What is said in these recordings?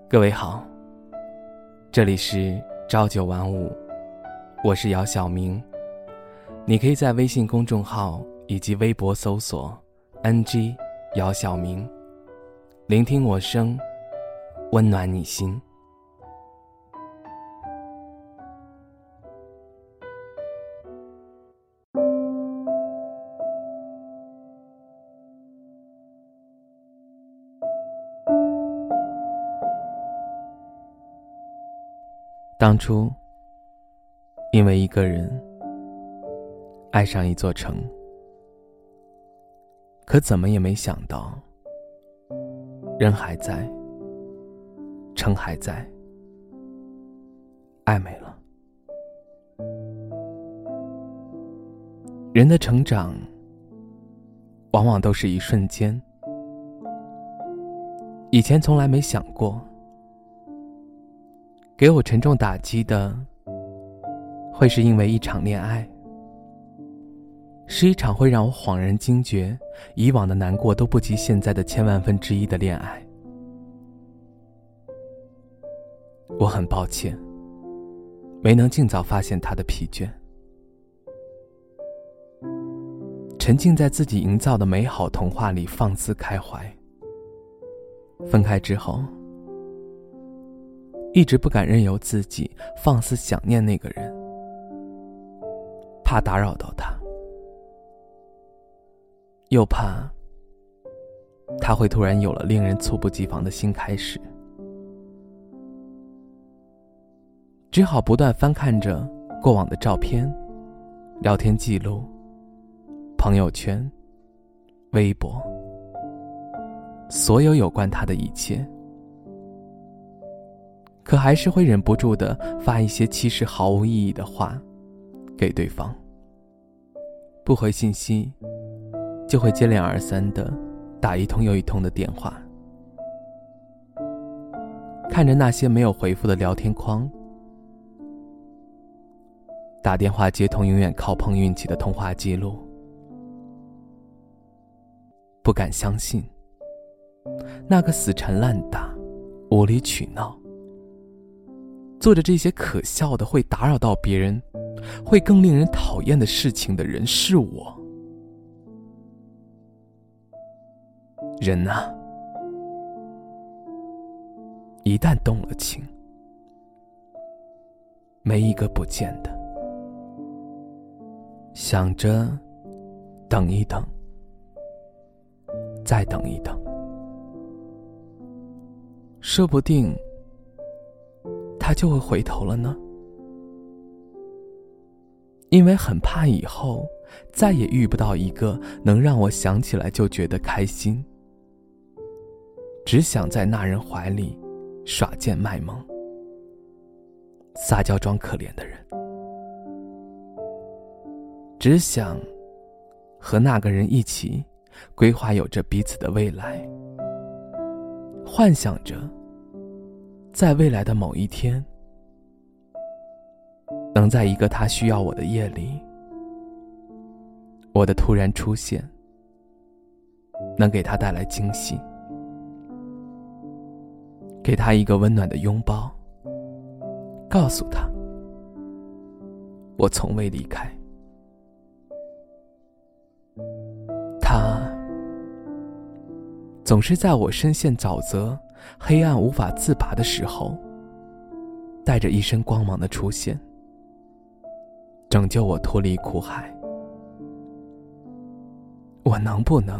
各位好，这里是朝九晚五，我是姚晓明。你可以在微信公众号以及微博搜索 NG 姚晓明，聆听我声，温暖你心。当初因为一个人爱上一座城，可怎么也没想到，人还在，城还在，爱没了。人的成长往往都是一瞬间，以前从来没想过，给我沉重打击的会是因为一场恋爱，是一场会让我恍然惊觉以往的难过都不及现在的千万分之一的恋爱。我很抱歉没能尽早发现他的疲倦，沉浸在自己营造的美好童话里放肆开怀。分开之后一直不敢任由自己放肆想念那个人，怕打扰到他，又怕他会突然有了令人猝不及防的新开始。只好不断翻看着过往的照片、聊天记录、朋友圈、微博，所有有关他的一切，可还是会忍不住地发一些其实毫无意义的话给对方。不回信息，就会接连而三地打一通又一通的电话。看着那些没有回复的聊天框，打电话接通永远靠碰运气的通话记录，不敢相信，那个死缠烂打、无理取闹、做着这些可笑的会打扰到别人、会更令人讨厌的事情的人是我。人啊，一旦动了情，没一个不见的。想着等一等，再等一等，说不定他就会回头了呢。因为很怕以后再也遇不到一个能让我想起来就觉得开心，只想在那人怀里耍贱卖萌、撒娇装可怜的人，只想和那个人一起规划有着彼此的未来，幻想着在未来的某一天，能在一个他需要我的夜里，我的突然出现能给他带来惊喜，给他一个温暖的拥抱，告诉他我从未离开。他总是在我深陷沼泽、黑暗无法自拔的时候，带着一身光芒的出现，拯救我脱离苦海。我能不能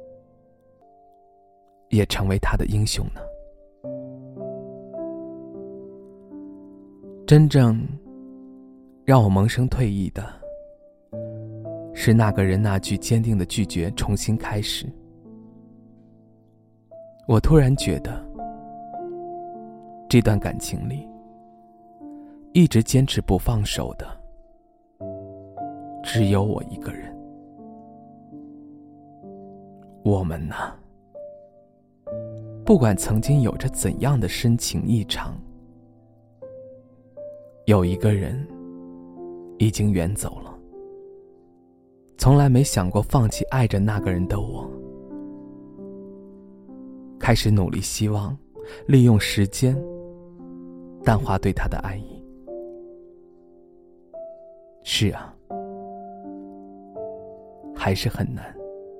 也成为他的英雄呢？真正让我萌生退意的是那个人那句坚定的拒绝重新开始。我突然觉得这段感情里一直坚持不放手的只有我一个人。我们呢，不管曾经有着怎样的深情异常，有一个人已经远走了。从来没想过放弃爱着那个人的我，开始努力希望利用时间淡化对他的爱意。是啊，还是很难，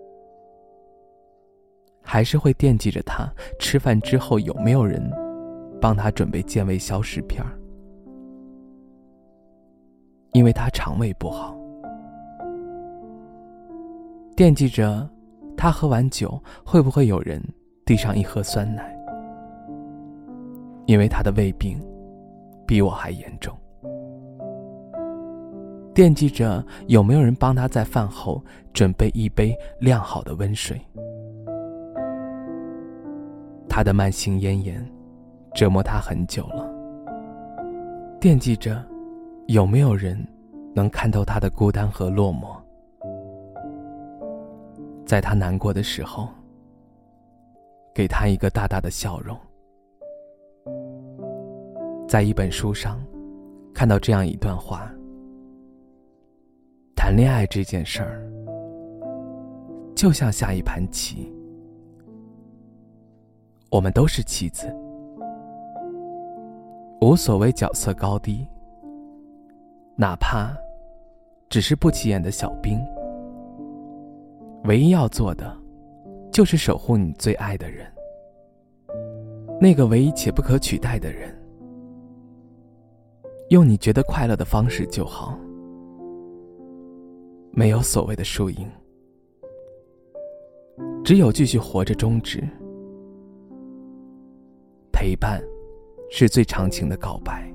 还是会惦记着他吃饭之后有没有人帮他准备健胃消食片，因为他肠胃不好。惦记着他喝完酒会不会有人递上一盒酸奶，因为他的胃病比我还严重。惦记着有没有人帮他在饭后准备一杯晾好的温水。他的慢性咽炎折磨他很久了，惦记着有没有人能看透他的孤单和落寞，在他难过的时候给他一个大大的笑容。在一本书上看到这样一段话：谈恋爱这件事儿就像下一盘棋，我们都是棋子，无所谓角色高低，哪怕只是不起眼的小兵，唯一要做的就是守护你最爱的人，那个唯一且不可取代的人，用你觉得快乐的方式就好，没有所谓的输赢，只有继续活着终止。陪伴是最长情的告白，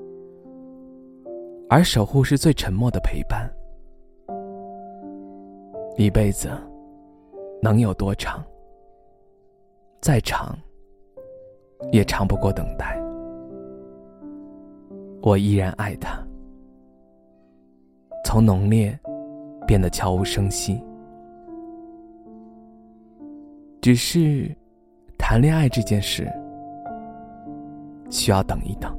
而守护是最沉默的陪伴。一辈子能有多长？再长也长不过等待。我依然爱他，从浓烈变得悄无声息。只是谈恋爱这件事需要等一等。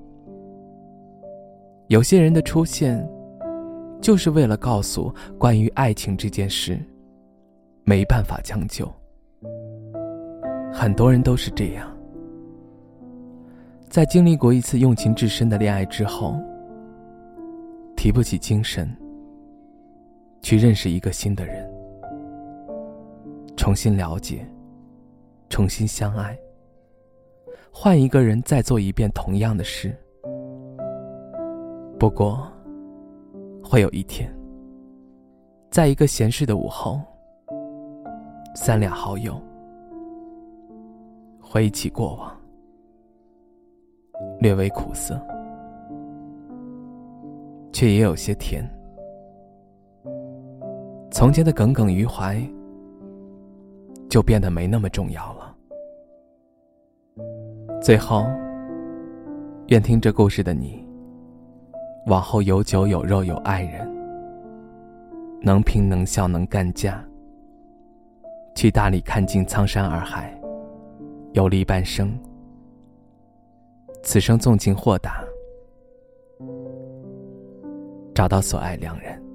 有些人的出现就是为了告诉关于爱情这件事没办法将就。很多人都是这样，在经历过一次用情至深的恋爱之后，提不起精神去认识一个新的人，重新了解，重新相爱，换一个人再做一遍同样的事。不过会有一天，在一个闲适的午后，三两好友回忆起过往，略微苦涩，却也有些甜。从前的耿耿于怀就变得没那么重要了。最后，愿听这故事的你往后有酒有肉有爱人，能拼能笑能干架，去大理看尽苍山洱海，游历半生，此生纵情豁达，找到所爱良人。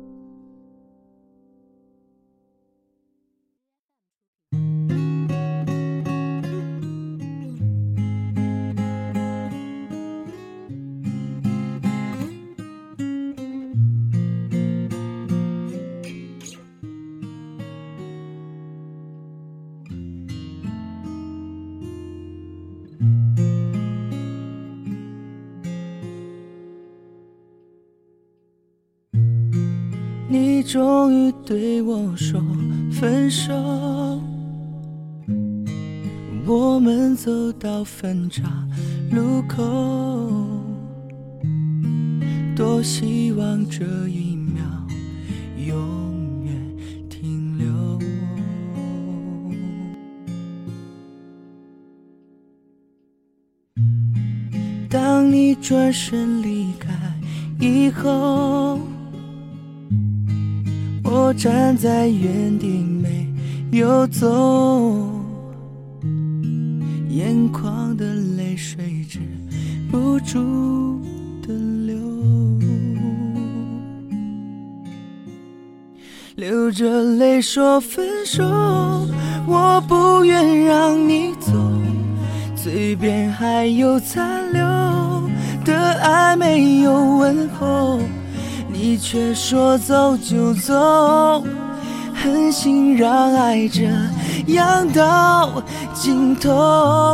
你终于对我说分手，我们走到分岔路口，多希望这一秒永远停留。当你转身离开以后，我站在原地没有走，眼眶的泪水止不住的流，流着泪说分手，我不愿让你走，最嘴边还有残留的爱没有问候，你却说走就走，狠心让爱这样到尽头，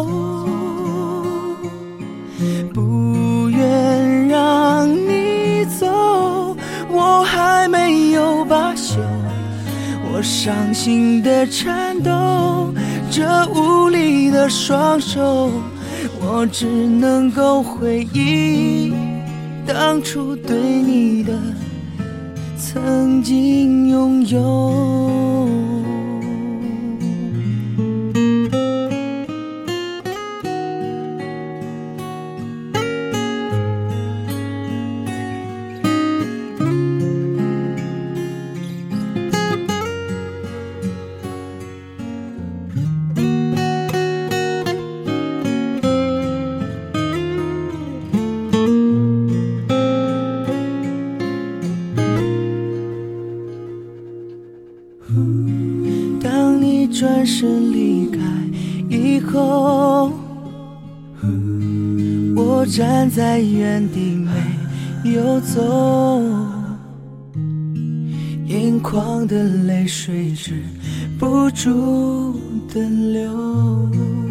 不愿让你走，我还没有罢休，我伤心的颤抖，这无力的双手，我只能够回忆当初对你的曾经拥有。当你转身离开以后，我站在原地没有走，眼眶的泪水止不住的流，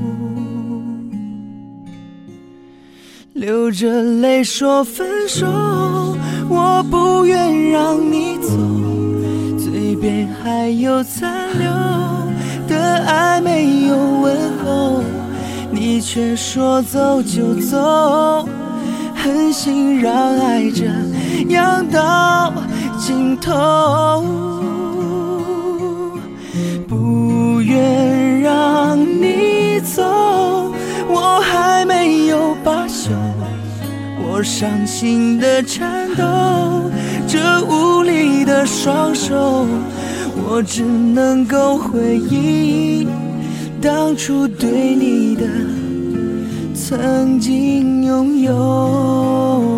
流着泪说分手，我不愿让你走，嘴边还有残留的爱没有问候，你却说走就走，狠心让爱这样到尽头，不愿让你走，我还没有罢休，我伤心的颤抖，这无力的双手，我只能够回忆当初对你的曾经拥有。